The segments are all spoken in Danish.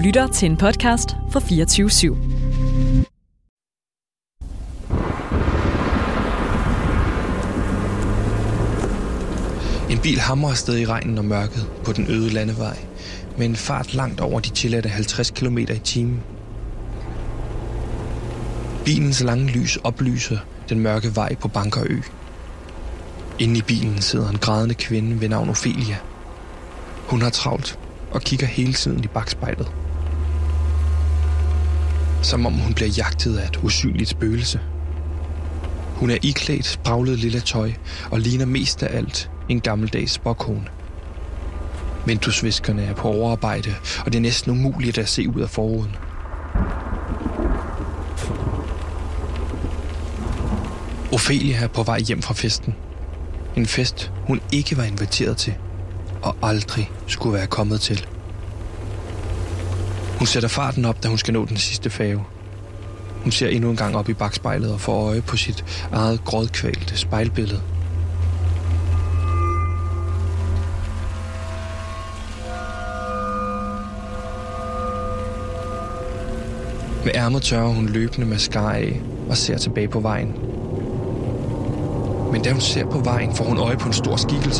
lytter til en podcast fra 24/7. En bil hamrer afsted i regnen og mørket på den øde landevej med en fart langt over de tilladte 50 km i timen. Bilens lange lys oplyser den mørke vej på Bankerø. Inde i bilen sidder en grædende kvinde ved navn Ophelia. Hun har travlt og kigger hele tiden i bakspejlet. Som om hun bliver jagtet af et usynligt spøgelse. Hun er iklædt spraglet lille tøj og ligner mest af alt en gammeldags spåkone. Vinduesviskerne er på overarbejde, og det er næsten umuligt at se ud af forruden. Ophelia er på vej hjem fra festen. En fest, hun ikke var inviteret til, og aldrig skulle være kommet til. Hun sætter farten op, da hun skal nå den sidste færge. Hun ser endnu en gang op i bakspejlet og får øje på sit eget grådkvalte spejlbillede. Med ærmet tørrer hun løbende mascara af og ser tilbage på vejen. Men da hun ser på vejen, får hun øje på en stor skikkelse.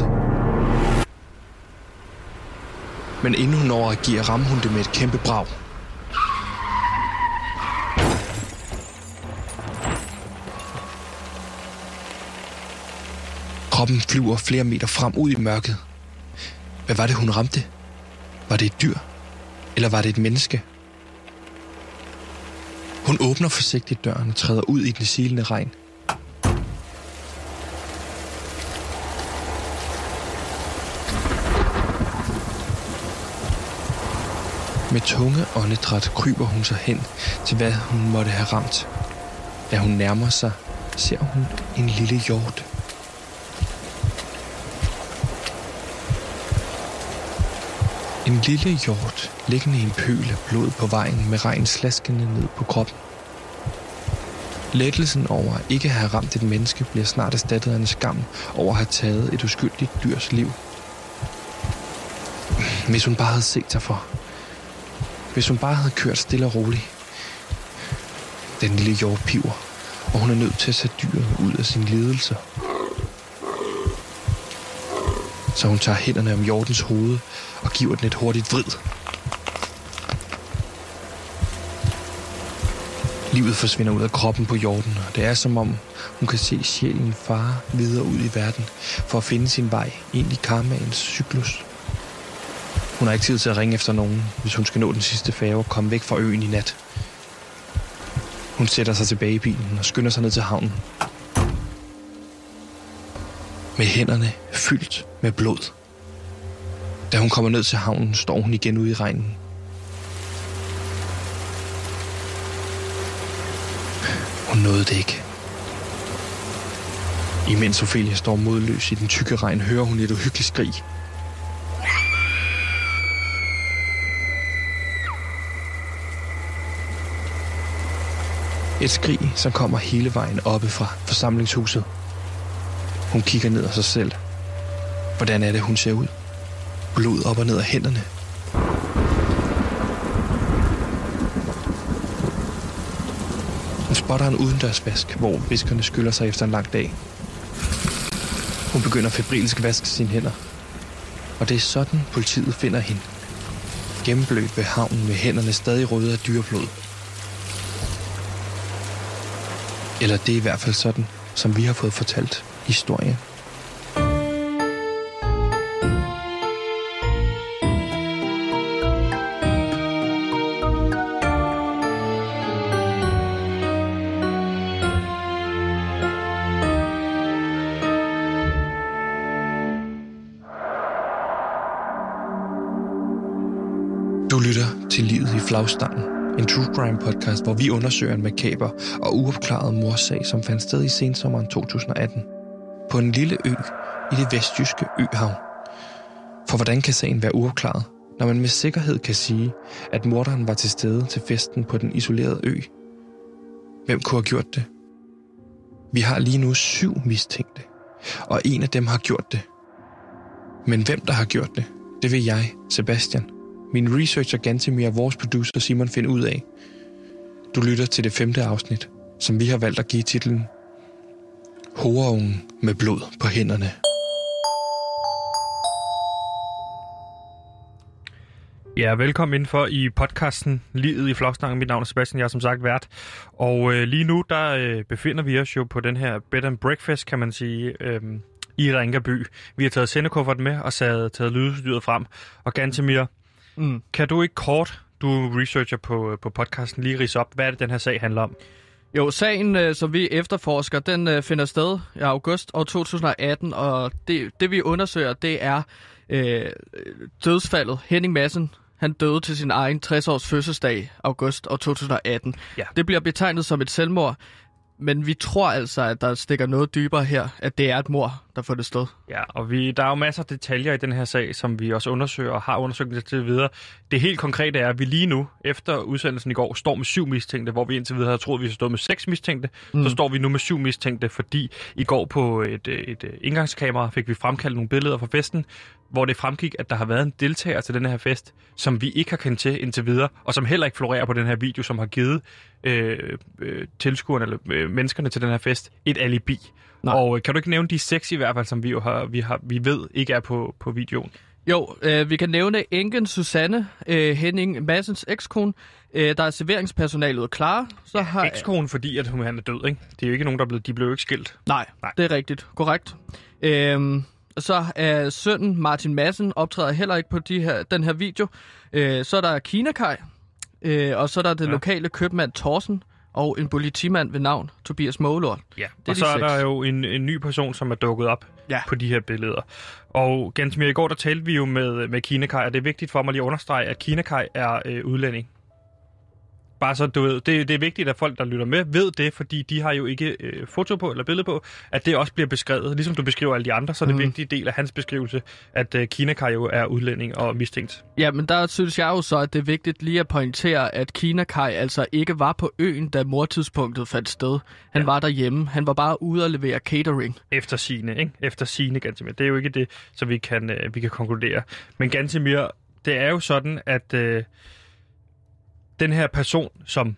Men inden hun når at give, rammer hun det med et kæmpe brag. Kroppen flyver flere meter frem ud i mørket. Hvad var det, hun ramte? Var det et dyr? Eller var det et menneske? Hun åbner forsigtigt døren og træder ud i den silende regn. Med tunge åndedræt kryber hun sig hen til, hvad hun måtte have ramt. Da hun nærmer sig, ser hun en lille hjort. En lille hjort liggende i en pøl af blod på vejen med regn slaskende ned på kroppen. Lettelsen over at ikke have ramt et menneske bliver snart erstattet af en skam over at have taget et uskyldigt dyrs liv. Hvis hun bare havde set sig for. Hvis hun bare havde kørt stille og roligt. Den lille hjort piver, og hun er nødt til at tage dyret ud af sin lidelse. Så hun tager hænderne om hjortens hoved og giver den et hurtigt vrid. Livet forsvinder ud af kroppen på hjorten, og det er som om hun kan se sjælen fare videre ud i verden for at finde sin vej ind i karmaens cyklus. Hun har ikke tid til at ringe efter nogen, hvis hun skal nå den sidste færge og komme væk fra øen i nat. Hun sætter sig tilbage i bilen og skynder sig ned til havnen. Med hænderne fyldt med blod. Da hun kommer ned til havnen, står hun igen ude i regnen. Hun nåede det ikke. Imens Ophelia står modløs i den tykke regn, hører hun et uhyggeligt skrig. Et skrig, som kommer hele vejen oppe fra forsamlingshuset. Hun kigger ned af sig selv. Hvordan er det, hun ser ud? Blod op og ned af hænderne. Hun spotter en udendørsvask, hvor viskerne skyller sig efter en lang dag. Hun begynder febrilsk at vaske sine hænder. Og det er sådan, politiet finder hende. Gennemblødt ved havnen med hænderne stadig røde af dyreblod. Eller det er i hvert fald sådan, som vi har fået fortalt historien. Du lytter til Livet i flagstangen, en true crime podcast, hvor vi undersøger en makaber og uopklaret mordsag, som fandt sted i sensommeren 2018. På en lille ø i det vestjyske øhav. For hvordan kan sagen være uopklaret, når man med sikkerhed kan sige, at morderen var til stede til festen på den isolerede ø? Hvem kunne have gjort det? Vi har lige nu 7 mistænkte, og en af dem har gjort det. Men hvem der har gjort det, det vil jeg, Sebastian, Min researcher Gantemir og vores producer Simon finder ud af. Du lytter til det 5. afsnit, som vi har valgt at give titlen Horungen med blod på hænderne. Ja, velkommen indenfor i podcasten Livet i Flokstangen. Mit navn er Sebastian, jeg er som sagt vært. Og lige nu, der befinder vi os jo på den her bed and breakfast, kan man sige, i Ringerby. Vi har taget sendekufferten med og taget lydudstyret frem. Og Gantemir, kan du ikke kort, du researcher på podcasten, lige ridse op, hvad er det, den her sag handler om? Jo, sagen, som vi efterforsker, den finder sted i august år 2018, og det vi undersøger, det er dødsfaldet. Henning Madsen, han døde til sin egen 60-års fødselsdag, august år 2018. Ja. Det bliver betegnet som et selvmord, men vi tror altså, at der stikker noget dybere her, at det er et mord, der får det sted. Ja, og der er jo masser af detaljer i den her sag, som vi også undersøger og har undersøgt det til videre. Det helt konkrete er, at vi lige nu, efter udsendelsen i går, står med 7 mistænkte, hvor vi indtil videre havde troet, at vi stod med 6 mistænkte. Så står vi nu med 7 mistænkte, fordi i går på et indgangskamera fik vi fremkaldt nogle billeder fra festen, hvor det fremgik, at der har været en deltager til den her fest, som vi ikke har kendt til indtil videre, og som heller ikke florerer på den her video, som har givet tilskuerne eller menneskerne til den her fest et alibi. Nej. Og kan du ikke nævne de 6 i hvert fald, som vi ved ikke er på videoen? Jo, vi kan nævne enken Susanne, Henning Madsens ekskone. Der er serveringspersonalet klar. Så har ekskone, fordi at han er død, ikke? Det er jo ikke nogen, de blev jo ikke skilt. Nej, det er rigtigt. Korrekt. Så er sønnen Martin Madsen optræder heller ikke på den her video. Så er der Kina-Kaj, og så er der det lokale købmand Thorsen, og en politimand ved navn Tobias Målord. Ja, og så er der jo en ny person, som er dukket op på de her billeder. Og Gantemir, i går der talte vi jo med Kina-Kaj, og det er vigtigt for mig lige at understrege, at Kina-Kaj er udlænding. Bare så du ved, det er vigtigt, at folk, der lytter med, ved det, fordi de har jo ikke foto på eller billede på, at det også bliver beskrevet. Ligesom du beskriver alle de andre, så er det en vigtig del af hans beskrivelse, at Kina-Kaj jo er udlænding og mistænkt. Ja, men der synes jeg jo så, at det er vigtigt lige at pointere, at Kina-Kaj altså ikke var på øen, da mordtidspunktet fandt sted. Han var derhjemme. Han var bare ude at levere catering. Efter sigende, ikke? Efter sigende, Gantemir. Det er jo ikke det, så vi kan konkludere. Men Gantemir, det er jo sådan, at den her person,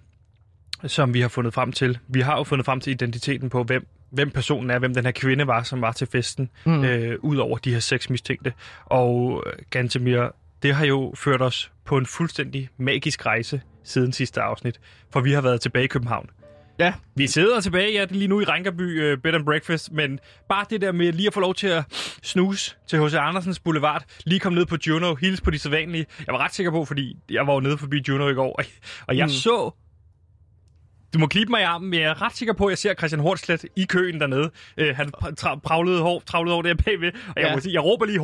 som vi har fundet frem til, vi har jo fundet frem til identiteten på, hvem personen er, hvem den her kvinde var, som var til festen, ud over de her 6 mistænkte. Og Gantemir, det har jo ført os på en fuldstændig magisk rejse siden sidste afsnit, for vi har været tilbage i København. Ja. Vi sidder tilbage lige nu i Ringerby Bed and Breakfast, men bare det der med lige at få lov til at snuse til H.C. Andersens Boulevard, lige komme ned på Juno, hilse på de sædvanlige. Jeg var ret sikker på, fordi jeg var jo nede forbi Juno i går, og jeg så... Du må klippe mig i armen, men jeg er ret sikker på, at jeg ser Christian Hornslet i køen dernede. Han travlede over der bagved, og jeg må sige, jeg råber lige,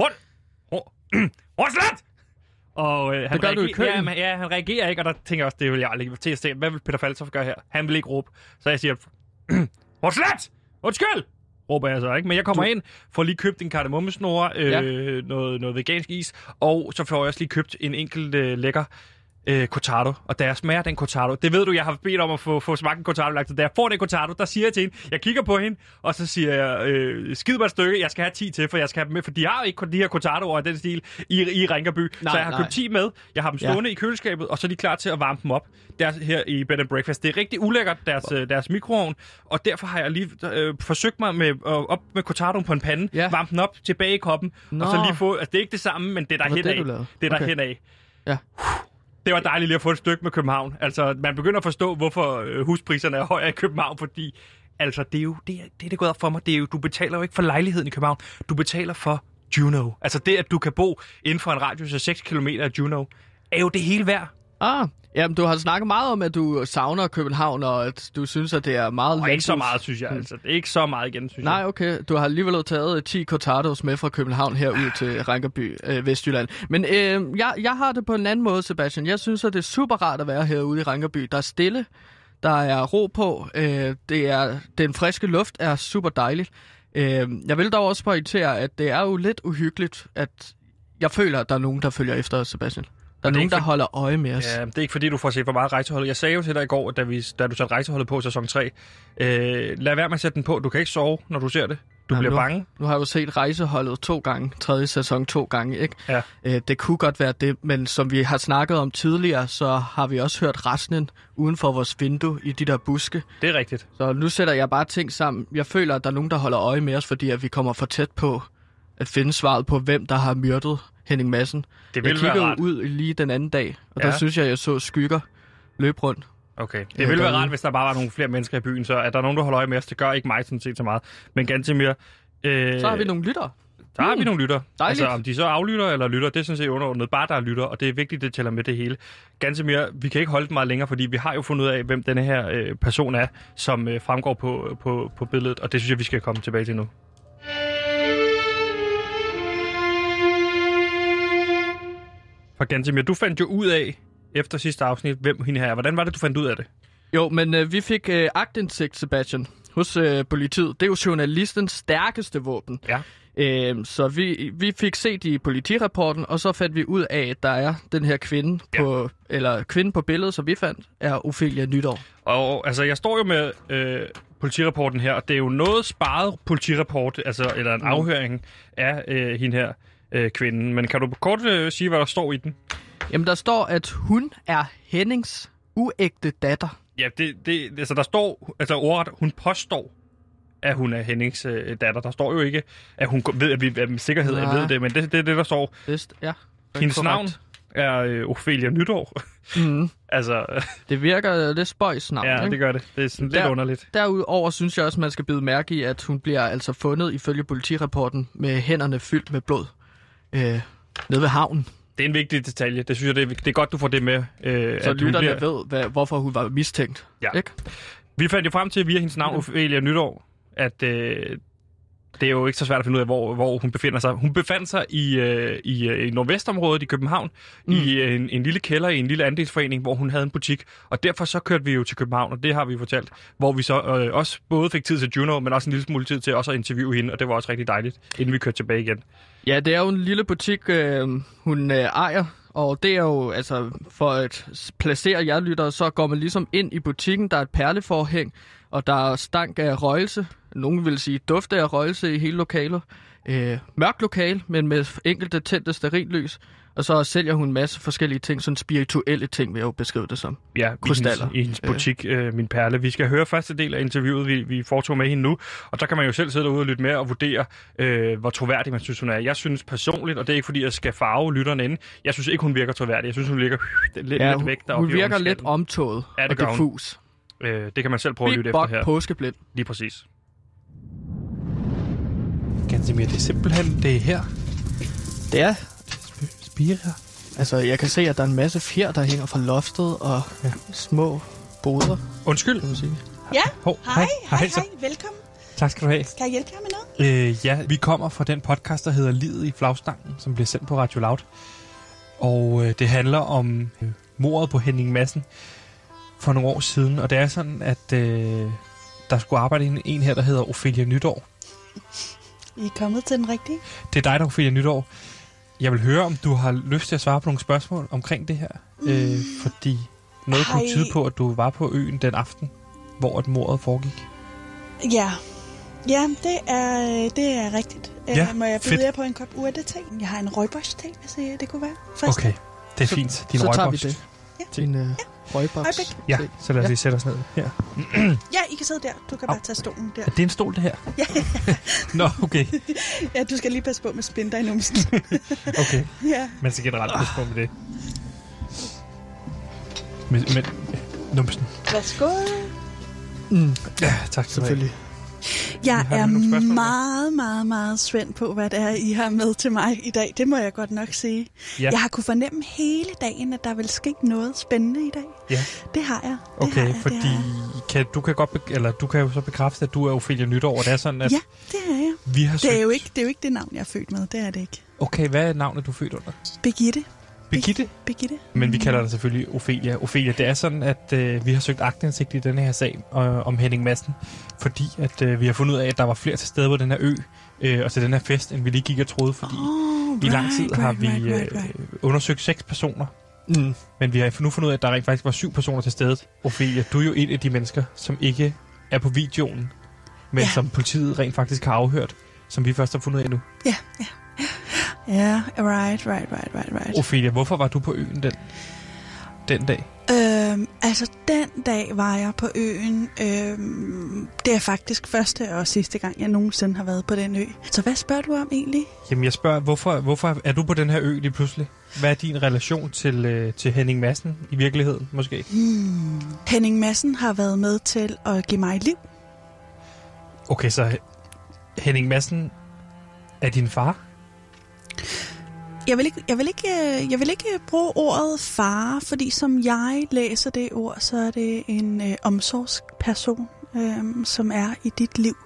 Hornslet! Og han reagerer ikke, og der tænker jeg også, det vil jeg aldrig til at se. Hvad vil Peter Faltoft gøre her? Han vil ikke råbe. Så jeg siger, Hornslet! Undskyld! Råber jeg så, ikke? Men jeg kommer ind, får lige købt en kardemommesnore, noget vegansk is, og så får jeg også lige købt en enkelt lækker cortado, og da jeg smager den cortado, det ved du, jeg har bedt om at få smagt en cortado lagt, da jeg får den cortado, der siger jeg til hende, jeg kigger på hende, og så siger jeg, skid mig et stykke, jeg skal have 10 til, for jeg skal have dem med, for de har jo ikke de her cortadoer af den stil i Ringerby, så jeg har købt 10 med, jeg har dem stående i køleskabet, og så er de klar til at varme dem op, her i Bed and Breakfast. Det er rigtig ulækkert, deres mikroovn, og derfor har jeg lige forsøgt mig op med cortadoen på en pande, varme den op tilbage i koppen, og så lige få, altså det er ikke det samme, men det er der henad. Ja. Det var dejligt lige at få et stykke med København. Altså, man begynder at forstå, hvorfor huspriserne er højere i København, fordi altså, det er jo det gået op for mig. Det er jo, du betaler jo ikke for lejligheden i København. Du betaler for Juno. Altså det, at du kan bo inden for en radius af 6 km af Juno, er jo det hele værd. Jamen, du har snakket meget om, at du savner København, og at du synes, at det er meget... Og ikke så meget, synes jeg. Altså. Det er ikke så meget igen, synes jeg. Nej, okay. Du har alligevel taget 10 cortados med fra København herud til Ringerby, Vestjylland. Men jeg har det på en anden måde, Sebastian. Jeg synes, at det er super rart at være herude i Ringerby. Der er stille, der er ro på, den friske luft er super dejligt. Jeg vil dog også pointere, at det er jo lidt uhyggeligt, at jeg føler, at der er nogen, der følger efter os, Sebastian. Der er nogen, der holder øje med os. Ja, det er ikke fordi, du får set for meget Rejseholdet. Jeg sagde jo til dig i går, da du satte Rejseholdet på sæson 3, lad være med at sætte den på. Du kan ikke sove, når du ser det. Du bliver bange. Nu har jeg jo set Rejseholdet 2 gange, 3. sæson 2 gange, ikke? Ja. Det kunne godt være det, men som vi har snakket om tidligere, så har vi også hørt raslen uden for vores vindue i de der buske. Det er rigtigt. Så nu sætter jeg bare ting sammen. Jeg føler, at der er nogen, der holder øje med os, fordi at vi kommer for tæt på at finde svaret på, hvem der har myrdet Henning Madsen. Det vil være rart. ud lige den anden dag, og der synes jeg så skygger løbe rundt. Okay. Det ville være rart, hvis der bare var nogle flere mennesker i byen, så at der er nogen, der holder øje med os. Det gør ikke mig sådan set så meget. Men Gantemir... så har vi nogle lyttere. Der har vi nogle lytter. Dejligt. Altså, om de så aflytter eller lytter, det er sådan set underordnet. Bare der er lytter, og det er vigtigt, det tæller med det hele. Gantemir, vi kan ikke holde det meget længere, fordi vi har jo fundet ud af, hvem denne her person er, som fremgår på billedet, og det synes jeg, vi skal komme tilbage til nu. For Gantemir, du fandt jo ud af, efter sidste afsnit, hvem hende her er. Hvordan var det, du fandt ud af det? Jo, men vi fik aktindsigt, Sebastian, hos politiet. Det er jo journalistens stærkeste våben. Ja. Så vi fik set i politirapporten, og så fandt vi ud af, at der er den her kvinde kvinden på billedet, som vi fandt, er Ophelia Nytorv. Og altså, jeg står jo med politirapporten her, og det er jo noget sparet politirapport, altså, eller en afhøring af hende her kvinden. Men kan du kort sige, hvad der står i den? Jamen, der står, at hun er Hennings uægte datter. Ja, altså der står, altså ordret, hun påstår, at hun er Hennings datter. Der står jo ikke, at hun ved, at vi med sikkerhed ved det, men det er det, der står. Ja. Hendes navn er Ophelia Nytorv. Altså, det virker lidt spøjs navn, ja, ikke? Det gør det. Det er sådan lidt underligt. Derudover synes jeg også, man skal bide mærke i, at hun bliver altså fundet ifølge politirapporten med hænderne fyldt med blod nede ved havnen. Det er en vigtig detalje. Det synes jeg, det er godt, du får det med. Så lytterne ved, hvorfor hun var mistænkt. Ja. Ikke? Vi fandt jo frem til, via hendes navn, Ophelia Nytorv, at det er jo ikke så svært at finde ud af, hvor hun befinder sig. Hun befandt sig i nordvestområdet i København, i en lille kælder i en lille andelsforening, hvor hun havde en butik. Og derfor så kørte vi jo til København, og det har vi fortalt, hvor vi så også både fik tid til Juno, men også en lille smule tid til også at interviewe hende, og det var også rigtig dejligt, inden vi kørte tilbage igen. Ja, det er jo en lille butik, hun ejer, og det er jo, altså, for at placere jer lyttere, så går man ligesom ind i butikken, der er et perleforhæng, og der er stank af røgelse. Nogen vil sige duft af røgelse i hele lokalet. Mørkt lokal, men med enkelte tændte stearinlys. Og så sælger hun en masse forskellige ting, sådan spirituelle ting, vil jeg jo beskrive det som. Ja, krystaller. I hendes butik, min perle. Vi skal høre første del af interviewet, vi foretog med hende nu. Og der kan man jo selv sidde derude og lytte med og vurdere, hvor troværdig man synes, hun er. Jeg synes personligt, og det er ikke fordi, jeg skal farve lytterne inde. Jeg synes ikke, hun virker troværdig. Jeg synes, hun virker lidt væk deroppe. Hun virker lidt omtåget og diffus. Det kan man selv prøve at lytte efter her. Påskeblind. Lige præcis. Gantemir, det er simpelthen det her. Det er Spira. Altså, jeg kan se, at der er en masse fjer, der hænger fra loftet og små boder. Undskyld. Kan man sige. Ja, hej, Tak velkommen. skal du have. Skal jeg hjælpe jer med noget? Ja, vi kommer fra den podcast, der hedder Livet i Flagstangen, som bliver sendt på Radio Loud. Og det handler om mordet på Henning Madsen for nogle år siden. Og det er sådan, at der skulle arbejde en her, der hedder Ophelia Nytorv. I er kommet til den rigtige? Det er dig, der er Ophelia Nytorv. Jeg vil høre, om du har lyst til at svare på nogle spørgsmål omkring det her. Fordi noget kunne tyde på, at du var på øen den aften, hvor et mordet foregik. Ja, det er rigtigt. Ja, må jeg byde jer på en kop urte-te? Jeg har en røgboks-te, hvis det kunne være. Først. Okay, det er fint. Din så røgboks. tager vi det. Ja. Din røgboks. Ja, så lad os lige sætte os ned her. Ja, I kan sidde der. Du kan bare tage stolen der. Er det en stol, det her? Ja. Nå, okay. Ja, du skal lige passe på med splinter i numsen. Okay. Ja. Man skal generelt passe på med det. Men numsen. Værsgo. Ja, tak selvfølgelig. Jeg er meget, meget, meget spændt på, hvad det er, I har med til mig i dag. Det må jeg godt nok sige. Ja. Jeg har kunne fornemme hele dagen, at der vil ske noget spændende i dag. Ja. Det har jeg. Du kan jo så bekræfte, at du er Ophelia Nytorv, og det er sådan, at... Ja, det er jeg. Det er jo ikke det navn, jeg er født med. Det er det ikke. Okay, hvad er navnet, du er født under? Birgitte. Birgitte? Men vi kalder dig selvfølgelig Ophelia. Ophelia, det er sådan, at vi har søgt aktindsigt i denne her sag om Henning Madsen, fordi at vi har fundet ud af, at der var flere til stede på den her ø, og til den her fest, end vi lige gik og troede, fordi i lang tid har vi undersøgt 6 personer Men vi har nu fundet ud af, at der rent faktisk var 7 personer til stede. Ophelia, du er jo en af de mennesker, som ikke er på videoen, men som politiet rent faktisk har afhørt, som vi først har fundet ud af nu. Ja, right. Ophelia, hvorfor var du på øen den dag? Altså, den dag var jeg på øen. Det er faktisk første og sidste gang, jeg nogensinde har været på den ø. Så hvad spørger du om egentlig? Jamen, jeg spørger, hvorfor er du på den her ø lige pludselig? Hvad er din relation til Henning Madsen i virkeligheden, måske? Henning Madsen har været med til at give mig liv. Okay, så Henning Madsen er din far? Jeg vil ikke bruge ordet far, fordi som jeg læser det ord, så er det en omsorgsperson, som er i dit liv.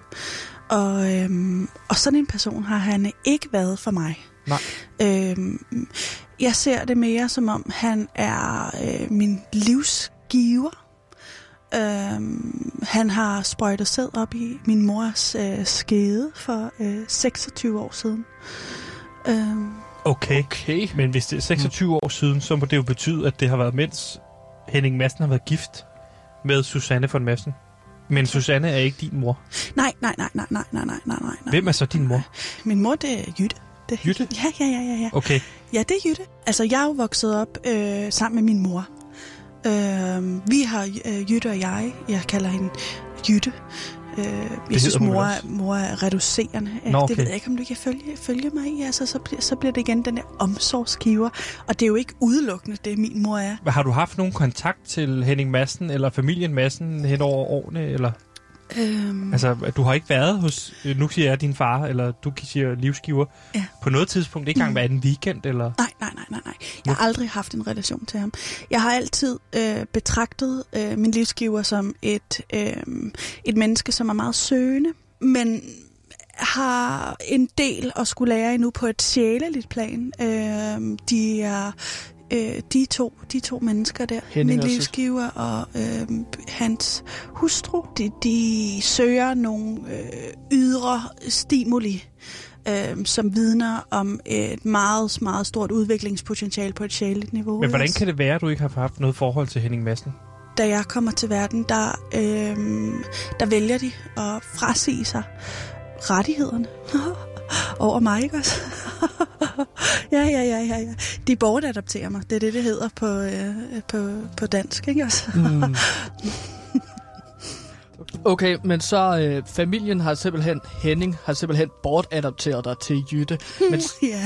Og sådan en person har han ikke været for mig. Nej. Jeg ser det mere som om, han er min livsgiver. Han har sprøjtet sæd op i min mors skede for 26 år siden. Okay, men hvis det er 26 år siden, så må det jo betyde, at det har været mens Henning Madsen har været gift med Susanne von Madsen. Men Susanne er ikke din mor? Nej. Hvem er så din mor? Min mor, det er Jytte. Jytte? Ja. Okay. Ja, det er Jytte. Altså, jeg er jo vokset op sammen med min mor. Vi har Jytte og jeg kalder hende Jytte. Jeg synes, mor er reducerende. Nå, okay. Det ved jeg ikke, om du kan følge mig i. Altså, så bliver det igen den der omsorgsgiver. Og det er jo ikke udelukkende, det min mor er. Har du haft nogen kontakt til Henning Madsen eller familien Madsen hen over årene? Eller? Altså, du har ikke været hos, nu siger jeg din far, eller du siger livsgiver, på noget tidspunkt, ikke engang været en weekend? Eller? Nej. Jeg har aldrig haft en relation til ham. Jeg har altid betragtet min livsgiver som et menneske, som er meget søgende, men har en del at skulle lære endnu på et sjæleligt plan. De to mennesker der, min livsgiver og hans hustru, de søger nogle ydre stimuli, som vidner om et meget, meget stort udviklingspotentiale på et sjæleligt niveau. Men hvordan kan det være, at du ikke har haft noget forhold til Henning Madsen? Da jeg kommer til verden, der vælger de at frasige sig rettighederne over mig, ikke også? Ja. De bortadopterer mig. Det er det hedder på dansk, ikke også? Okay, men så familien har simpelthen, Henning har simpelthen bortadopteret dig til Jytte. Men,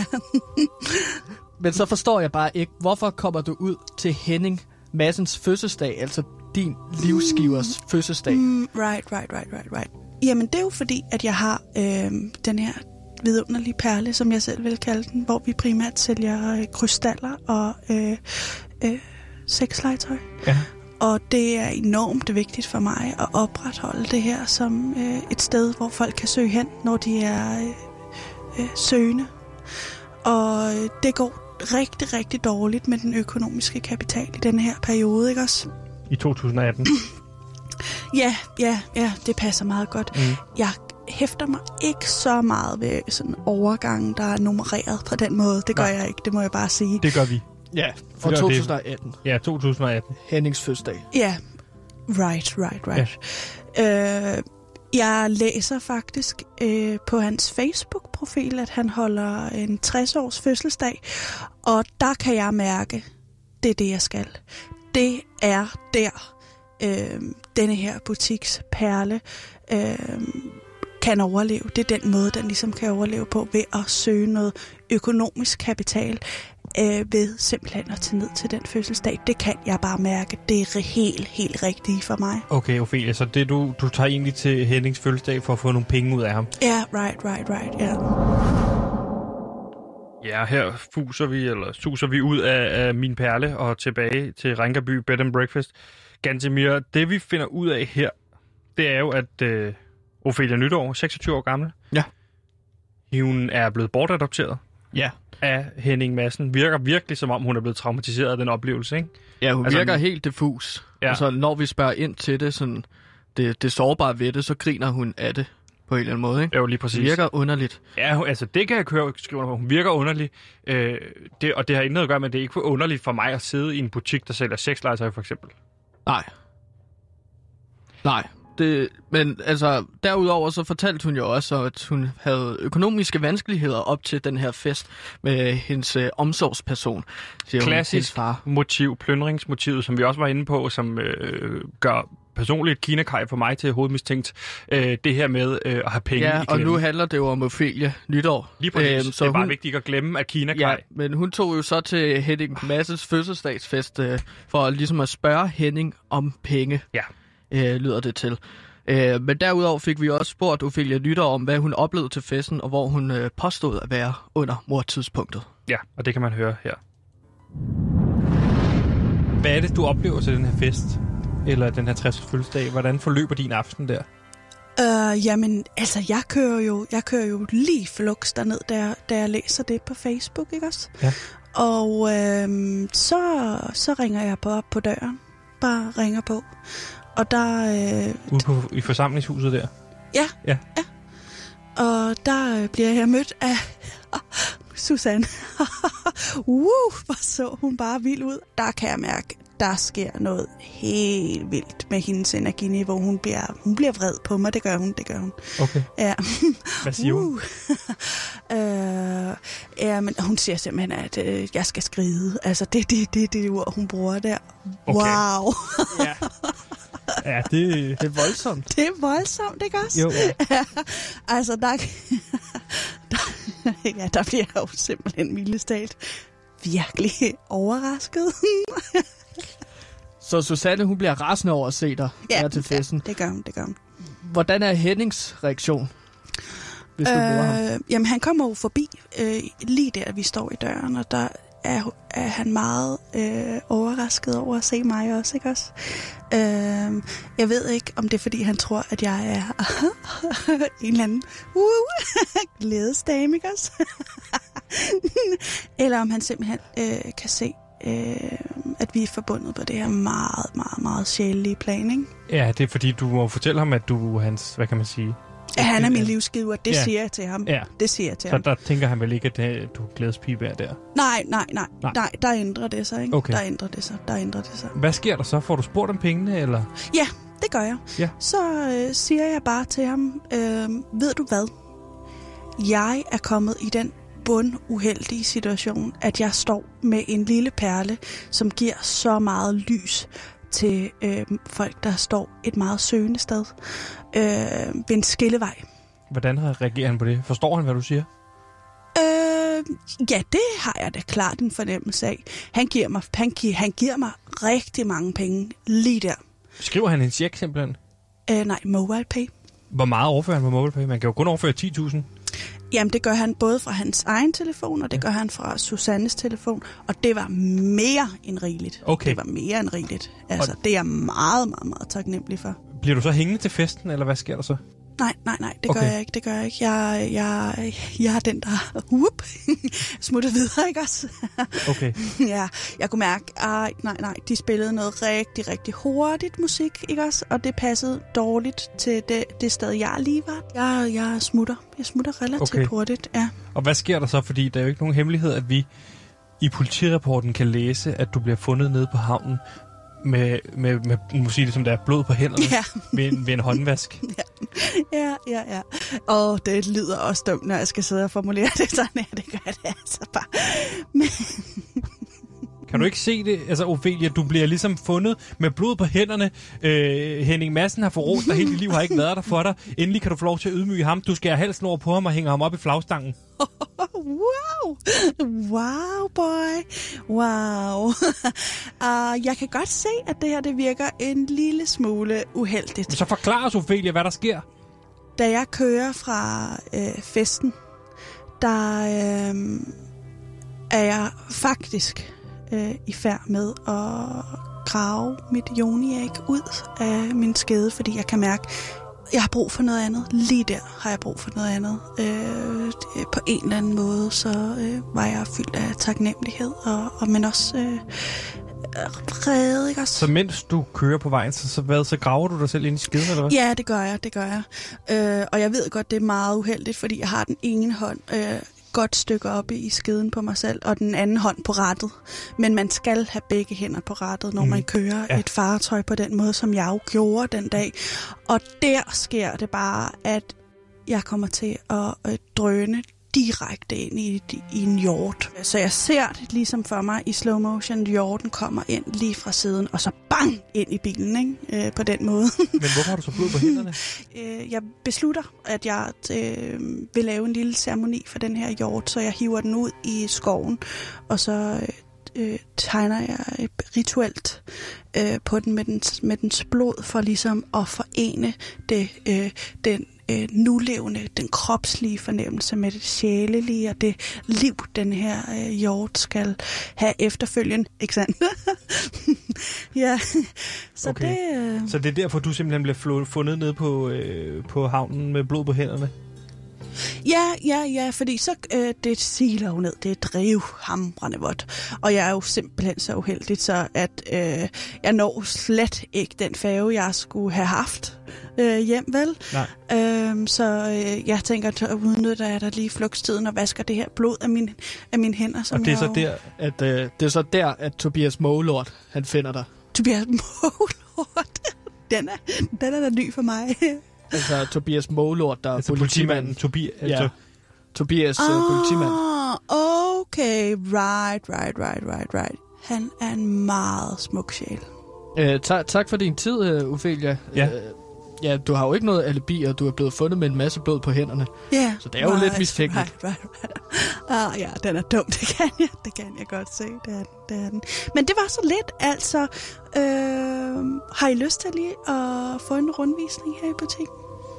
men så forstår jeg bare ikke, hvorfor kommer du ud til Henning Madsens fødselsdag, altså din livsgivers fødselsdag? Right. Jamen, det er jo fordi, at jeg har den her vidunderlige perle, som jeg selv vil kalde den, hvor vi primært sælger krystaller og sexlegetøj. Ja. Og det er enormt vigtigt for mig at opretholde det her som et sted, hvor folk kan søge hen, når de er søgende. Og det går rigtig, rigtig dårligt med den økonomiske kapital i den her periode, ikke også? I 2018? Ja, det passer meget godt. Jeg hæfter mig ikke så meget ved sådan overgangen, der er nummereret på den måde. Det gør jeg ikke, det må jeg bare sige. Det gør vi. Ja, og 2018. Ja, 2018. Hennings fødselsdag. Ja, right. Ja. Jeg læser faktisk på hans Facebook-profil, at han holder en 60-års fødselsdag, og der kan jeg mærke, det er det, jeg skal. Det er der, denne her butiks perle kan overleve. Det er den måde, den ligesom kan overleve på, ved at søge noget økonomisk kapital, ved simpelthen at tage ned til den fødselsdag. Det kan jeg bare mærke. Det er helt rigtigt for mig. Okay, Ophelia, så det du tager egentlig til Hennings fødselsdag for at få nogle penge ud af ham? Ja, right, ja. Ja, her suser vi ud af min perle og tilbage til Rinkaby Bed and Breakfast. Gantemir, det vi finder ud af her, det er jo, at Ophelia Nytår, 26 år gammel, hun er blevet bortadopteret. Ja. Af Henning Madsen. Virker virkelig, som om hun er blevet traumatiseret af den oplevelse, ikke? Ja, hun virker helt diffus. Ja. Altså, når vi spørger ind til det, sådan, det sårbare ved det, så griner hun af det. på en eller anden måde, ikke? Jo, lige præcis. Det virker underligt. Ja, altså det kan jeg skrive på. Hun virker underlig. Og det har ikke noget at gøre med, at det er ikke for underligt for mig at sidde i en butik, der sælger sexlegetøj, for eksempel. Nej. Men altså, derudover så fortalte hun jo også, at hun havde økonomiske vanskeligheder op til den her fest med hendes omsorgsperson. Klassisk motiv, plyndringsmotivet, som vi også var inde på, som gør personligt Kina-Kaj for mig til hovedmistænkt. Det her med at have penge i klemme. Ja, og nu handler det jo om Ophelia Nytår. Lige præcis. Så det er bare vigtigt at glemme, at Kina-Kaj... Ja, men hun tog jo så til Henning Masses fødselsdagsfest for ligesom at spørge Henning om penge. Ja. Lyder det til. Men derudover fik vi også spurgt Ophelia Nytår om, hvad hun oplevede til festen, og hvor hun påstod at være under mordtidspunktet. Ja, og det kan man høre her. Hvad er det, du oplever til den her fest? Eller den her 60. fødselsdag? Hvordan forløber din aften der? Jamen, altså, jeg kører jo lige flux derned, da jeg læser det på Facebook, ikke også? Ja. Og så ringer jeg op på døren. Bare ringer på. Og der... Ude i forsamlingshuset der? Ja. Og der bliver jeg mødt af Susanne. Hvor så hun bare vild ud. Der kan jeg mærke, der sker noget helt vildt med hendes energiniveau. Hun bliver vred på mig, det gør hun. Okay. Ja. Hvad siger hun? Ja, men hun siger simpelthen, at jeg skal skride. Altså, det ord, hun bruger der. Okay. Wow. Ja. Ja, det er voldsomt. Det er voldsomt, ikke også? Jo. Ja, altså, der bliver jeg jo simpelthen mildest talt virkelig overrasket. Så Susanne, hun bliver rasende over at se dig her til festen. Ja, det gør hun. Hvordan er Hennings reaktion, hvis du bruger ham? Jamen, han kommer jo forbi lige der, vi står i døren, og der er han meget overrasket over at se mig også, ikke også? Jeg ved ikke, om det er, fordi han tror, at jeg er en eller anden glædesdame, ikke også? Eller om han simpelthen kan se, at vi er forbundet på det her meget, meget, meget sjælelige plan, ikke? Ja, det er fordi, du må fortælle ham, at du er hans, hvad kan man sige? Ja, han er min livsgiver, det siger jeg til ham. Ja. Det siger jeg til ham. Så der tænker han vel ikke, at du er glædespibe er der? Nej, der ændrer det sig, ikke? Okay. Der ændrer det sig. Hvad sker der så? Får du spurgt om pengene, eller? Ja, det gør jeg. Ja. Så siger jeg bare til ham, ved du hvad? Jeg er kommet i den bunduheldige situation, at jeg står med en lille perle, som giver så meget lys til folk, der står et meget søgende sted ved en skillevej. Hvordan reagerer han på det? Forstår han, hvad du siger? Ja, det har jeg da klart en fornemmelse af. Han giver mig rigtig mange penge lige der. Skriver han en check simpelthen? Nej, MobilePay. Hvor meget overfører han på MobilePay? Man kan jo kun overføre 10.000. Jamen, det gør han både fra hans egen telefon, og det gør han fra Susannes telefon. Og det var mere end rigeligt. Okay. Det var mere end rigeligt. Altså, det er jeg meget, meget, meget taknemmelig for. Bliver du så hængende til festen, eller hvad sker der så? Nej, det gør jeg ikke. Jeg er den, der smutter videre, ikke også? Okay. Ja, jeg kunne mærke, nej, de spillede noget rigtig, rigtig hurtigt musik, ikke også? Og det passede dårligt til det sted, jeg lige var. Jeg smutter relativt hurtigt, ja. Og hvad sker der så? Fordi der er jo ikke nogen hemmelighed, at vi i politirapporten kan læse, at du bliver fundet nede på havnen med nu sige det som der er blod på hænderne ved en håndvask. Ja. Og det lyder også dumt, når jeg skal sidde og formulere det sådan her. Det gør det altså bare. Men... Kan du ikke se det? Altså, Ophelia, du bliver ligesom fundet med blod på hænderne. Henning Madsen har forrådt dig hele dit liv, har ikke været der for dig. Endelig kan du få lov til at ydmyge ham. Du skærer halsen over på ham og hænger ham op i flagstangen. Wow, boy. Wow. Jeg kan godt se, at det her det virker en lille smule uheldigt. Så forklar os, Ophelia, hvad der sker. Da jeg kører fra festen, der er jeg faktisk i færd med at grave mit joniæg ud af min skede, fordi jeg kan mærke, jeg har brug for noget andet. Lige der har jeg brug for noget andet. På en eller anden måde, så var jeg fyldt af taknemmelighed, men også redde, ikke også? Så mens du kører på vejen, så graver du dig selv ind i skeden, eller hvad? Ja, det gør jeg. Og jeg ved godt, det er meget uheldigt, fordi jeg har den ene hånd godt stykke oppe i skeden på mig selv, og den anden hånd på rattet. Men man skal have begge hænder på rattet, når man kører et fartøj på den måde, som jeg jo gjorde den dag. Og der sker det bare, at jeg kommer til at drøne direkte ind i en hjort. Så jeg ser det ligesom for mig i slow motion. Hjorten kommer ind lige fra siden, og så bang ind i bilen, ikke? På den måde. Men hvorfor har du så blod på hænderne? Jeg beslutter, at jeg vil lave en lille ceremoni for den her hjort, så jeg hiver den ud i skoven, og så tegner jeg rituelt på den med dens blod, for ligesom at forene den nulevende, den kropslige fornemmelse med det sjælelige og det liv, den her hjort skal have efterfølgende, ikke sandt? Ja, så okay. Så det er derfor, du simpelthen bliver fundet nede på havnen med blod på hænderne? Ja, fordi så det siler jo ned, det er drivhamrende vådt, og jeg er jo simpelthen så uheldig, så at jeg når slet ikke den færge, jeg skulle have haft hjem, vel? Så jeg tænker, at udnytter jeg da lige flugtstiden og vasker det her blod af mine hænder. Som og det er så der, at Tobias Mågelort, han finder dig. Tobias Mågelort? Den er da ny for mig. Altså Tobias Mågelort, der er altså politimanden. Tobias politimand. Okay, right. Han er en meget smuk sjæl. Tak for din tid, Ophelia. Ja. Ja, du har jo ikke noget alibi, og du er blevet fundet med en masse blod på hænderne. Yeah, så det er jo lidt mistænkeligt. Right. Ja, den er dum, det kan jeg godt se. Det er den. Men det var så lidt, altså. Har I lyst til lige at få en rundvisning her i butikken?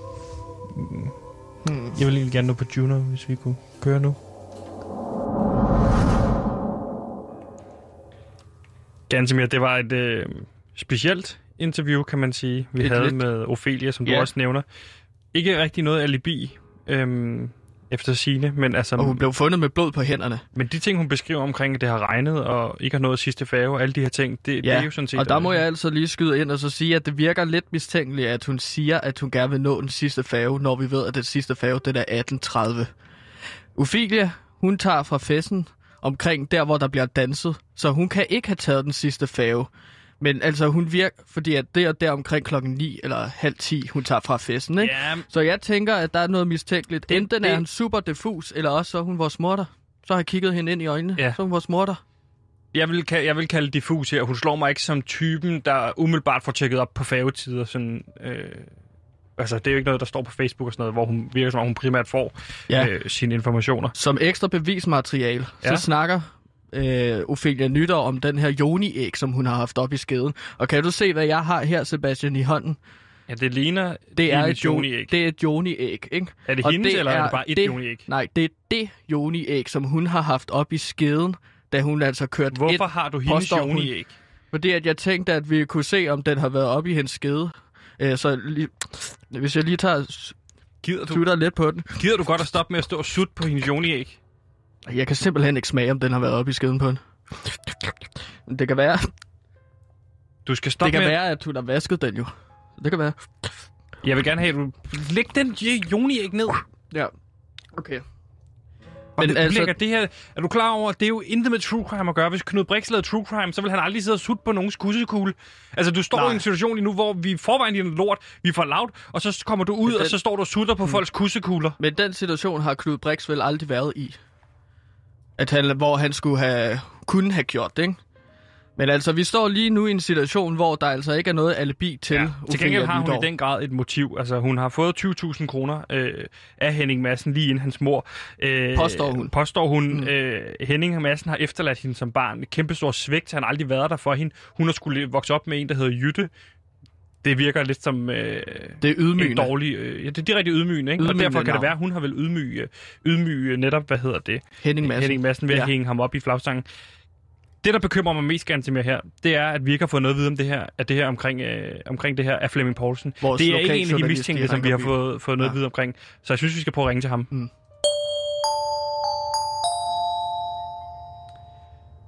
Jeg vil egentlig gerne nå på Juno, hvis vi kunne køre nu. Gansimir, det var et specielt interview, kan man sige, vi havde med Ophelia, som du også nævner. Ikke rigtig noget alibi efter sigende, men altså... Og hun blev fundet med blod på hænderne. Men de ting, hun beskriver omkring, at det har regnet, og ikke har nået sidste færge, alle de her ting, det er jo sådan set... og der må jeg altså lige skyde ind og så sige, at det virker lidt mistænkeligt, at hun siger, at hun gerne vil nå den sidste færge, når vi ved, at den sidste færge, det er 18:30. Ophelia, hun tager fra festen omkring der, hvor der bliver danset, så hun kan ikke have taget den sidste færge. Men altså, hun virker, fordi at det er der omkring 9 eller 9:30, hun tager fra festen, ikke? Yeah. Så jeg tænker, at der er noget mistænkeligt. Enten er hun super diffus, eller også så er hun vores morter. Så har jeg kigget hende ind i øjnene, så er hun vores morter. Jeg vil kalde diffus her. Hun slår mig ikke som typen, der umiddelbart får tjekket op på færgetider. Sådan, altså, det er jo ikke noget, der står på Facebook og sådan noget, hvor hun virker som om, hun primært får sine informationer. Som ekstra bevismateriale, så snakker Ophelia Nytter om den her Joni-æg, som hun har haft op i skeden. Og kan du se, hvad jeg har her, Sebastian, i hånden? Ja, det ligner det er et Joni-æg. Det er et Joni-æg, ikke? Er det hendes, eller er det bare et Joni-æg? Nej, det er det Joni-æg, som hun har haft op i skeden, da hun altså kørte. Hvorfor har du hendes Joni-æg? Fordi at jeg tænkte, at vi kunne se, om den har været op i hendes skede. Så hvis jeg lige slutter lidt på den. Gider du godt at stoppe med at stå og sutte på hendes Joni-æg? Jeg kan simpelthen ikke smage, om den har været oppe i skeden på den. Det kan være... Du skal stoppe det kan være, at hun har vasket den jo. Det kan være. Jeg vil gerne have, at du... Læg den Joni-æg ned. Ja. Okay. Men altså... det her... Er du klar over, at det er jo intet med true crime at gøre? Hvis Knud Brix lavede true crime, så vil han aldrig sidde og sutte på nogens kussekugle. Altså, du står i en situation lige nu, hvor vi forvejen i en lort, vi får lavt, og så kommer du ud, og så står du og sutter på folks kussekugler. Men den situation har Knud Brix vel aldrig været i. Hvor han kunne have gjort det, ikke? Men altså, vi står lige nu i en situation, hvor der altså ikke er noget alibi til. Ja, til gengæld har hun i den grad et motiv. Altså, hun har fået 20.000 kroner af Henning Madsen lige inden hans mor. Påstår hun. Henning Madsen har efterladt hende som barn. Kæmpestor svigt, han har aldrig været der for hende. Hun har skulle vokse op med en, der hedder Jytte. Det virker lidt som det er ydmygende. En dårlig... det er direkte ydmygende, ikke? Og derfor kan det være, at hun har vel ydmyge netop, Henning Madsen ved at hænge ham op i flagstangen. Det, der bekymrer mig mest gerne til mere her, det er, at vi ikke har fået noget at vide om det her, at det her omkring det her af Flemming Poulsen. Det er ikke en af de mistænkte, som vi har fået noget at vide omkring. Så jeg synes, vi skal prøve at ringe til ham.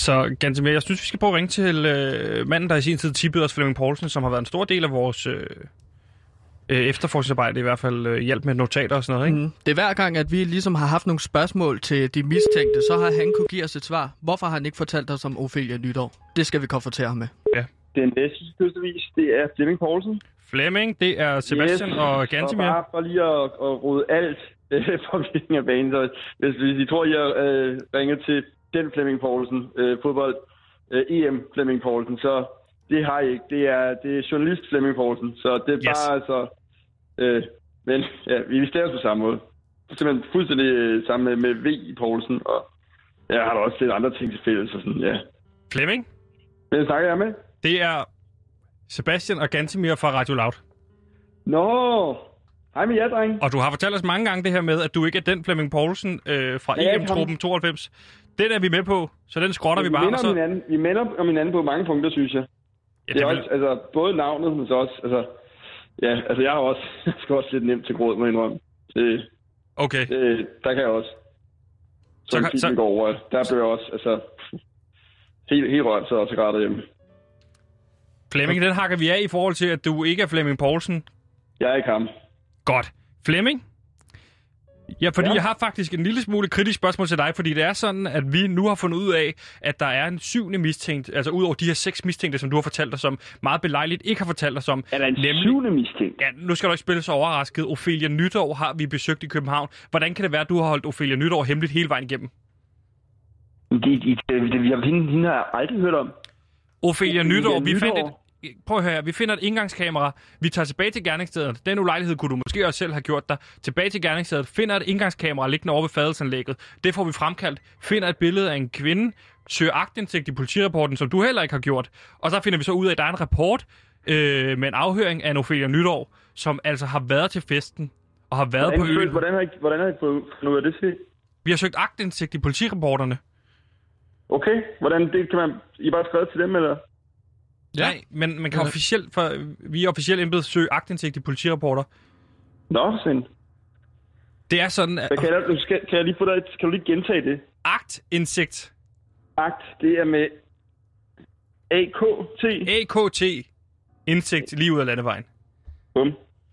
Så Gantemir, jeg synes, vi skal prøve at ringe til manden, der i sin tid tippede os, Flemming Poulsen, som har været en stor del af vores efterforskningsarbejde, i hvert fald hjælp med notater og sådan noget, ikke? Det er hver gang, at vi ligesom har haft nogle spørgsmål til de mistænkte, så har han kunne give os et svar. Hvorfor har han ikke fortalt os om Ophelia Nytår? Det skal vi konfrontere ham med. Ja. Den næste kystevis, det er Flemming Poulsen. Flemming, det er Sebastian og Gantemir. Og bare for lige at rode alt forvirring af banen. Så hvis I tror, I har ringet til den Flemming Poulsen, fodbold EM Flemming Poulsen, så det har I ikke. Det er journalist Flemming Poulsen, så det er bare altså... men ja, vi staves på samme måde. Simpelthen fuldstændig sammen med V i Poulsen, og jeg har da også lidt andre ting til fælles og sådan, ja. Flemming? Hvem snakker jeg med? Det er Sebastian og Gantemir fra Radio Loud. Nå, hej med jer, dreng. Og du har fortalt os mange gange det her med, at du ikke er den Flemming Poulsen fra EM-truppen 92. Den er vi med på, så den skrotter vi bare. Vi minder om hinanden på mange punkter, synes jeg. Ja, det er også, altså, både navnet, men så også, altså... Ja, altså jeg har også, også lidt nemt til gråd, må jeg indrømme. Okay. Der kan jeg også. Så går over. Der blev jeg også, altså... Helt rørt, så også græd derhjemme. Flemming, den hakker vi af i forhold til, at du ikke er Flemming Poulsen. Jeg er ikke ham. Godt. Flemming? Ja, fordi jeg har faktisk en lille smule kritisk spørgsmål til dig, fordi det er sådan, at vi nu har fundet ud af, at der er en 7. mistænkt, altså ud over de her 6 mistænkte, som du har fortalt os om, meget belejligt ikke har fortalt os om. Er der en 7. mistænkt? Ja, nu skal du ikke spille så overrasket. Ophelia Nytår har vi besøgt i København. Hvordan kan det være, at du har holdt Ophelia Nytår hemmeligt hele vejen igennem? Hende har jeg aldrig hørt om. Ophelia Nytår, prøv at høre, vi finder et indgangskamera, vi tager tilbage til gerningsstedet. Den ulejlighed kunne du måske også selv have gjort dig. Tilbage til gerningsstedet, finder et indgangskamera liggende over ved fadelsanlægget. Det får vi fremkaldt, finder et billede af en kvinde, søger aktindsigt i politirapporten, som du heller ikke har gjort. Og så finder vi så ud af, at der er en rapport med en afhøring af en Ophelia Nytår, som altså har været til festen og har været på øen. Hvordan har I fået noget af det til? Vi har søgt aktindsigt i politirapporterne. Okay, hvordan det kan man... I bare skrevet til dem, eller? Ja. Nej, men man kan officielt, vi er officielt embedet søge aktindsigt i politirapporter. Nå, sind. Det er sådan, at... Kan jeg lige få dig... Kan du lige gentage det? Aktindsigt. Akt, det er med AKT. AKT. Indsigt lige ud af landevejen. Bum.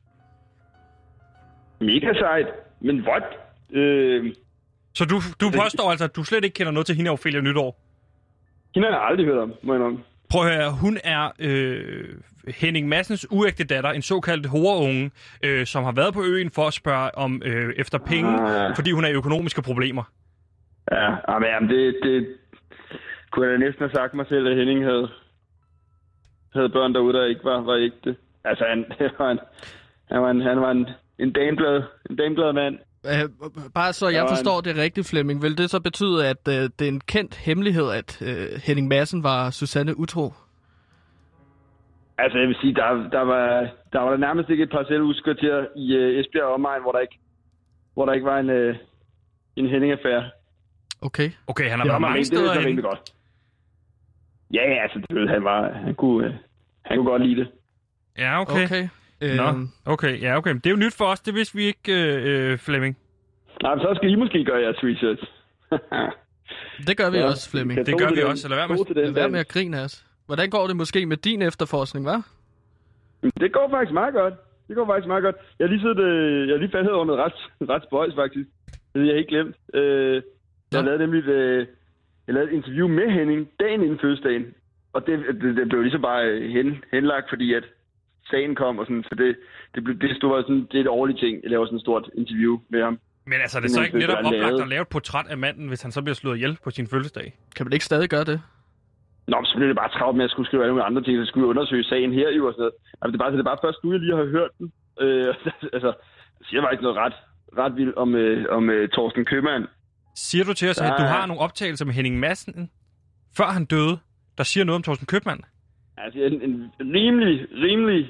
Mega sejt. Men what? Så du påstår altså, at du slet ikke kender noget til hende Ophelia Nytår? Hende har jeg aldrig hørt om, må jeg nok. Prøv at høre, hun er Henning Madsens uægte datter, en såkaldt horeunge, som har været på øen for at spørge om efter penge, fordi hun har økonomiske problemer. Ja, men det kunne jeg næsten have sagt mig selv, at Henning havde børn derude, der ikke var ægte. Altså, han var en dameblad mand. Bare så jeg forstår det rigtigt, Flemming. Vil det så betyde, at det er en kendt hemmelighed, at Henning Madsen var Susanne utro? Altså, jeg vil sige, der var nærmest ikke et parcelhuskvarter i Esbjerg omegn, hvor der ikke var en Henning-affære. Okay, han har været mange steder det rimelig godt. Ja, altså, han kunne godt lide det. Ja, okay. Okay. Det er jo nyt for os, det vidste vi ikke, Flemming. Nej, men så skal I måske gøre jeres research. Det gør vi også, Flemming. Det gør vi også. Lad være med at grine af os. Hvordan går det måske med din efterforskning, hva'? Det går faktisk meget godt. Jeg har lige faldet over noget ret spøjs, faktisk. Det har jeg ikke glemt. Jeg lavede nemlig et interview med Henning dagen inden fødselsdagen. Og det blev ligesom bare henlagt, fordi at sagen kom, og sådan, så det stod sådan, det er et årligt ting. Jeg laver sådan et stort interview med ham. Men altså, det er så ikke netop oplagt at lave et portræt af manden, hvis han så bliver slået ihjel på sin fødselsdag? Kan man ikke stadig gøre det? Nå, så bliver det bare travlt med at skulle skrive alle mulige andre ting, så skulle jeg undersøge sagen her jo, og sådan noget. Altså, det er bare først nu, jeg lige har hørt den. Altså, jeg siger faktisk noget ret vildt om Torsten Købmann. Siger du til os, at du har nogle optagelser med Henning Madsen, før han døde, der siger noget om Torsten Købmann? Altså, en rimelig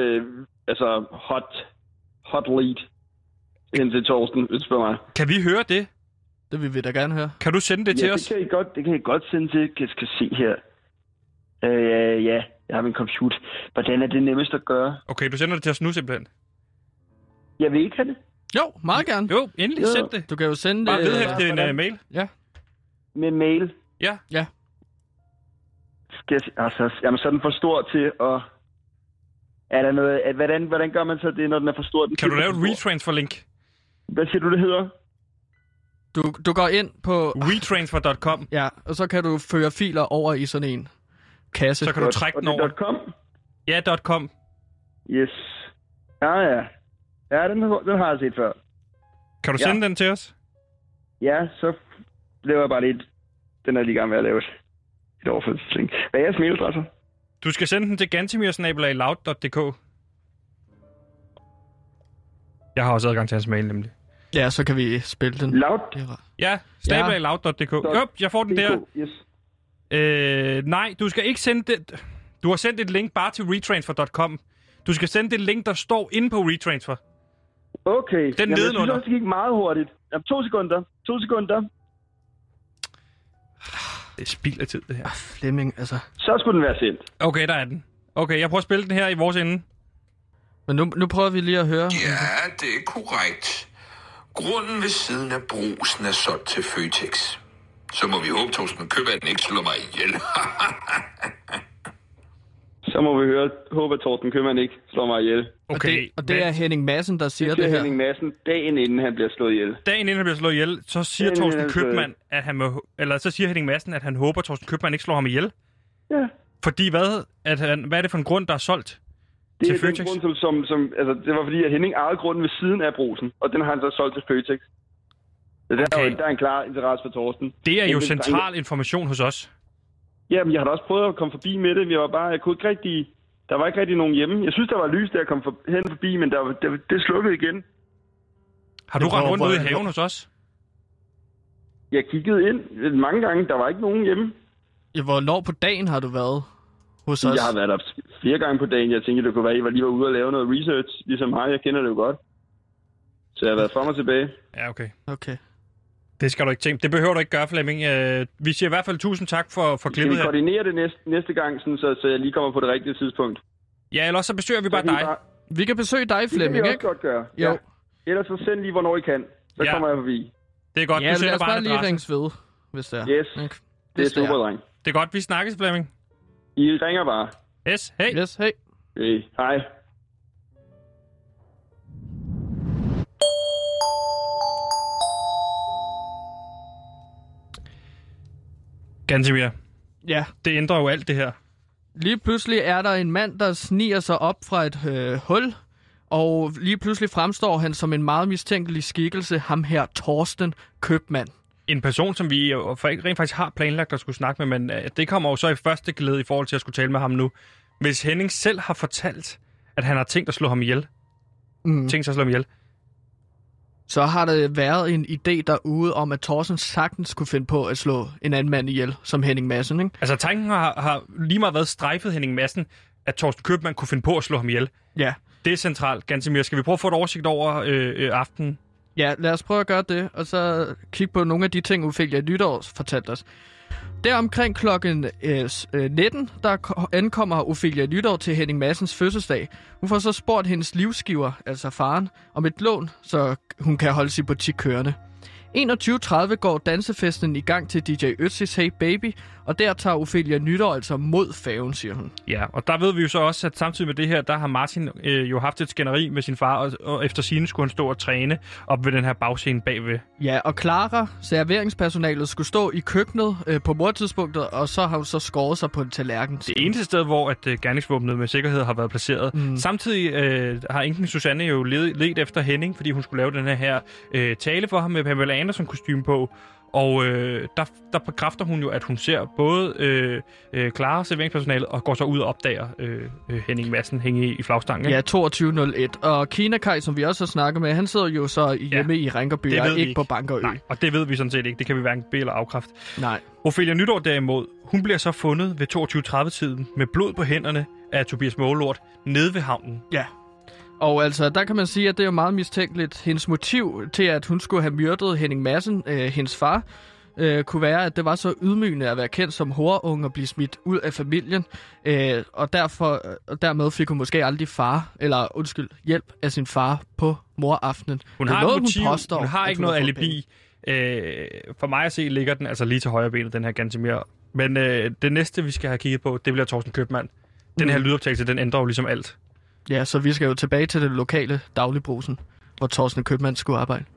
hot lead hen til Torsten, hvis du spørger mig. Kan vi høre det? Det vil vi da gerne høre. Kan du sende det til os? Det kan I godt sende til. Jeg skal se her. Ja, jeg har min computer. Hvordan er det nemmest at gøre? Okay, du sender det til os nu simpelthen. Jeg vil ikke have det. Jo, meget gerne. Jo, endelig send det. Du kan jo sende det. Bare vedhæfte en mail. Ja. Med mail? Ja. Jamen, så er den for stor til at... Er der noget... Hvordan gør man så det, når den er for stor? Kan du lave et retransfer-link? Hvad siger du, det hedder? Du går ind på... retransfer.com. Ja, og så kan du føre filer over i sådan en kasse. Så kan du trække den over. .com? Ja, .com. Yes. Ja. Ja, den har jeg set før. Kan du sende den til os? Ja, så laver jeg bare lidt... Den er lige i gang med at lave et overførselslink. Hvad er jeres mailadresse? Du skal sende den til gantimir@loud.dk. Jeg har også adgang til hans mail, nemlig. Ja, så kan vi spille den. Loud? Ja, @loud.dk. Jo, jeg får den der. Yes. Nej, du skal ikke sende det. Du har sendt et link bare til retransfer.com. Du skal sende det link, der står inde på retransfer. Okay. Den nedenunder. Jeg synes, det gik meget hurtigt. 2 sekunder. 2 sekunder. Det er spild af tid, det her. Flemming, altså. Så skulle den være sendt. Okay, der er den. Okay, jeg prøver at spille den her i vores ende. Men nu prøver vi lige at høre. Ja, det er korrekt. Grunden ved siden af Brugsen er solgt til Føtex. Så må vi håbe, Torsten Købmand ikke slår mig ihjel. Så må vi håbe, at Torsten Købmand ikke slår mig ihjel. Okay. Og det er Henning Madsen, der siger det her. Henning Madsen dagen inden han bliver slået ihjel. Dagen inden han bliver slået ihjel, så siger Torsten Købmand, at han må, eller så siger Henning Madsen, at han håber, at Torsten Købmand ikke slår ham ihjel. Ja. Fordi hvad? Hvad er det for en grund, der er solgt det til er Føtex? Den grund, som det var fordi, at Henning ejede grunden ved siden af Brugsen, og den har han så solgt til Føtex. Så der er en klar interesse for Torsten. Det er jo central information hos os. Jamen, jeg har da også prøvet at komme forbi med det. Der var ikke rigtig nogen hjemme. Jeg synes, der var lys, da jeg kom hen forbi, men det slukkede igen. Har du rendt rundt ude i haven hos os? Jeg kiggede ind mange gange. Der var ikke nogen hjemme. Ja, hvornår på dagen har du været hos os? Jeg har været der flere gange på dagen. Jeg tænkte, det kunne være, at I var lige ude og lave noget research, ligesom mig. Jeg kender det jo godt. Så jeg har været frem og tilbage. Ja, okay. Det skal du ikke tænke. Det behøver du ikke gøre, Flemming. Vi siger i hvert fald 1000 tak for klippet her. Skal vi koordinere det næste gang, sådan, så jeg lige kommer på det rigtige tidspunkt? Ja, eller så besøger vi bare dig. Vi kan besøge dig, Flemming, ikke? Det kan vi også godt gøre. Jo. Ja. Ellers så send lige, hvornår I kan. Så kommer jeg forbi. Det er godt. Ja, lad os bare lige ringes ved, hvis det er. Yes. Okay. Det er super, dreng. Det er godt. Vi snakkes, Flemming. I ringer bare. Yes, hej. Yes, hej. Hey, hej. Gantimir. Ja. Det ændrer jo alt det her. Lige pludselig er der en mand, der sniger sig op fra et hul, og lige pludselig fremstår han som en meget mistænkelig skikkelse, ham her Torsten Købmand. En person, som vi jo rent faktisk har planlagt at skulle snakke med, men det kommer jo så i første glæde i forhold til at skulle tale med ham nu. Hvis Henning selv har fortalt, at han har tænkt at slå ham ihjel, så har der været en idé derude om, at Torsten sagtens kunne finde på at slå en anden mand ihjel, som Henning Madsen, ikke? Altså tanken har lige meget været strejfet Henning Madsen, at Torsten Købmand kunne finde på at slå ham ihjel. Ja. Det er centralt, Gantimir. Skal vi prøve at få et oversigt over aftenen? Ja, lad os prøve at gøre det, og så kigge på nogle af de ting, Ophelia Nytår fortalte os. Der omkring klokken 19, der ankommer Ophelia Nytår til Henning Madsens fødselsdag. Hun får så spurgt hendes livsgiver, altså faren, om et lån, så hun kan holde sin butik kørende. 21.30 går dansefesten i gang til DJ Ötzis Hey Baby, og der tager Ophelia Nytår altså mod færgen, siger hun. Ja, og der ved vi jo så også, at samtidig med det her, der har Martin jo haft et skænderi med sin far, og efter sigende skulle han stå og træne op ved den her bagscene bagved. Ja, og Clara, serveringspersonalet, skulle stå i køkkenet på mordtidspunktet, og så har hun så skåret sig på en tallerken. Det eneste sted, hvor at gerningsvåbnet med sikkerhed har været placeret. Samtidig har enken Susanne jo ledt efter Henning, fordi hun skulle lave den her tale for ham med Pamela Anderson kostume på. Og der bekræfter hun jo, at hun ser både Clara, serveringspersonalet, og går så ud og opdager Henning Madsen hænge i flagstangen. Ja, 22.01. Og Kina Kai, som vi også har snakket med, han sidder jo så hjemme i Ringerby og ikke på Bankerø. Nej, og det ved vi sådan set ikke. Det kan vi hverken bede eller afkræfte. Nej. Ophelia Nytår derimod, hun bliver så fundet ved 22.30-tiden med blod på hænderne af Tobias Målort nede ved havnen. Ja. Og altså, der kan man sige, at det er jo meget mistænkeligt. Hendes motiv til, at hun skulle have myrdet Henning Madsen, hendes far, kunne være, at det var så ydmygende at være kendt som horunge og blive smidt ud af familien. Og dermed fik hun måske aldrig hjælp af sin far på moraftenen. Hun har noget, motiv, hun påstår, hun har ikke noget alibi. For mig at se ligger den altså lige til højre benet, den her Gantimir. Men det næste, vi skal have kigget på, det bliver Thorsten Købmann. Den her lydoptagelse, den ændrer jo ligesom alt. Ja, så vi skal jo tilbage til det lokale Dagligbrusen, hvor Thorsten Købmann skulle arbejde.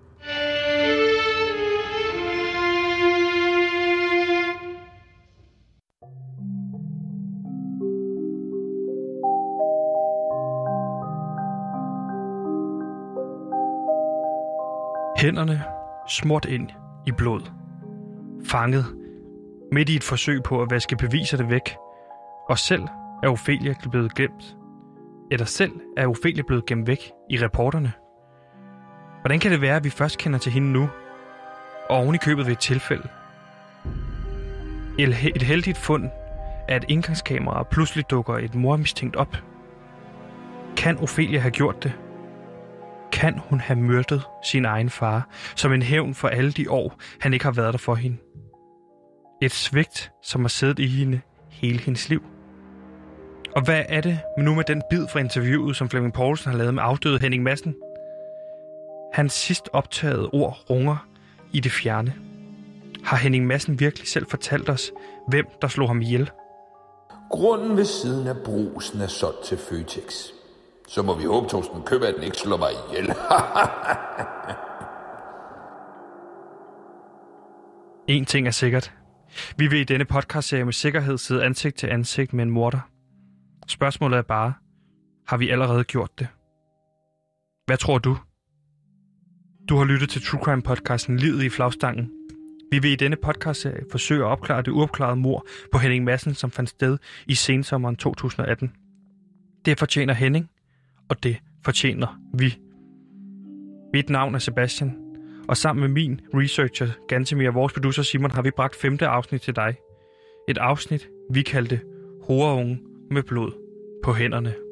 Hænderne smurt ind i blod. Fanget midt i et forsøg på at vaske beviserne væk. Og selv er Ophelia blevet glemt. Eller selv er Ophelia blevet gemt væk i reporterne. Hvordan kan det være, at vi først kender til hende nu? Og oven i købet ved et tilfælde. Et heldigt fund af et indgangskamera pludselig dukker et mormistænkt op. Kan Ophelia have gjort det? Kan hun have myrdet sin egen far, som en hævn for alle de år, han ikke har været der for hende? Et svigt, som har siddet i hende hele hendes liv. Og hvad er det nu med den bid fra interviewet, som Flemming Poulsen har lavet med afdøde Henning Madsen? Hans sidst optagede ord runger i det fjerne. Har Henning Madsen virkelig selv fortalt os, hvem der slog ham ihjel? Grunden ved siden af Brugsen er solgt til Føtex. Så må vi håbe, Thorsten Købmann ikke slår mig ihjel. En ting er sikkert. Vi vil i denne podcastserie med sikkerhed sidde ansigt til ansigt med en morder. Spørgsmålet er bare, har vi allerede gjort det? Hvad tror du? Du har lyttet til True Crime podcasten Livet i Flagstangen. Vi vil i denne podcastserie forsøge at opklare det uopklarede mord på Henning Madsen, som fandt sted i sensommeren 2018. Det fortjener Henning, og det fortjener vi. Mit navn er Sebastian, og sammen med min researcher Gantemir og vores producer Simon har vi bragt 5. afsnit til dig. Et afsnit, vi kaldte Horunge med blod på hænderne.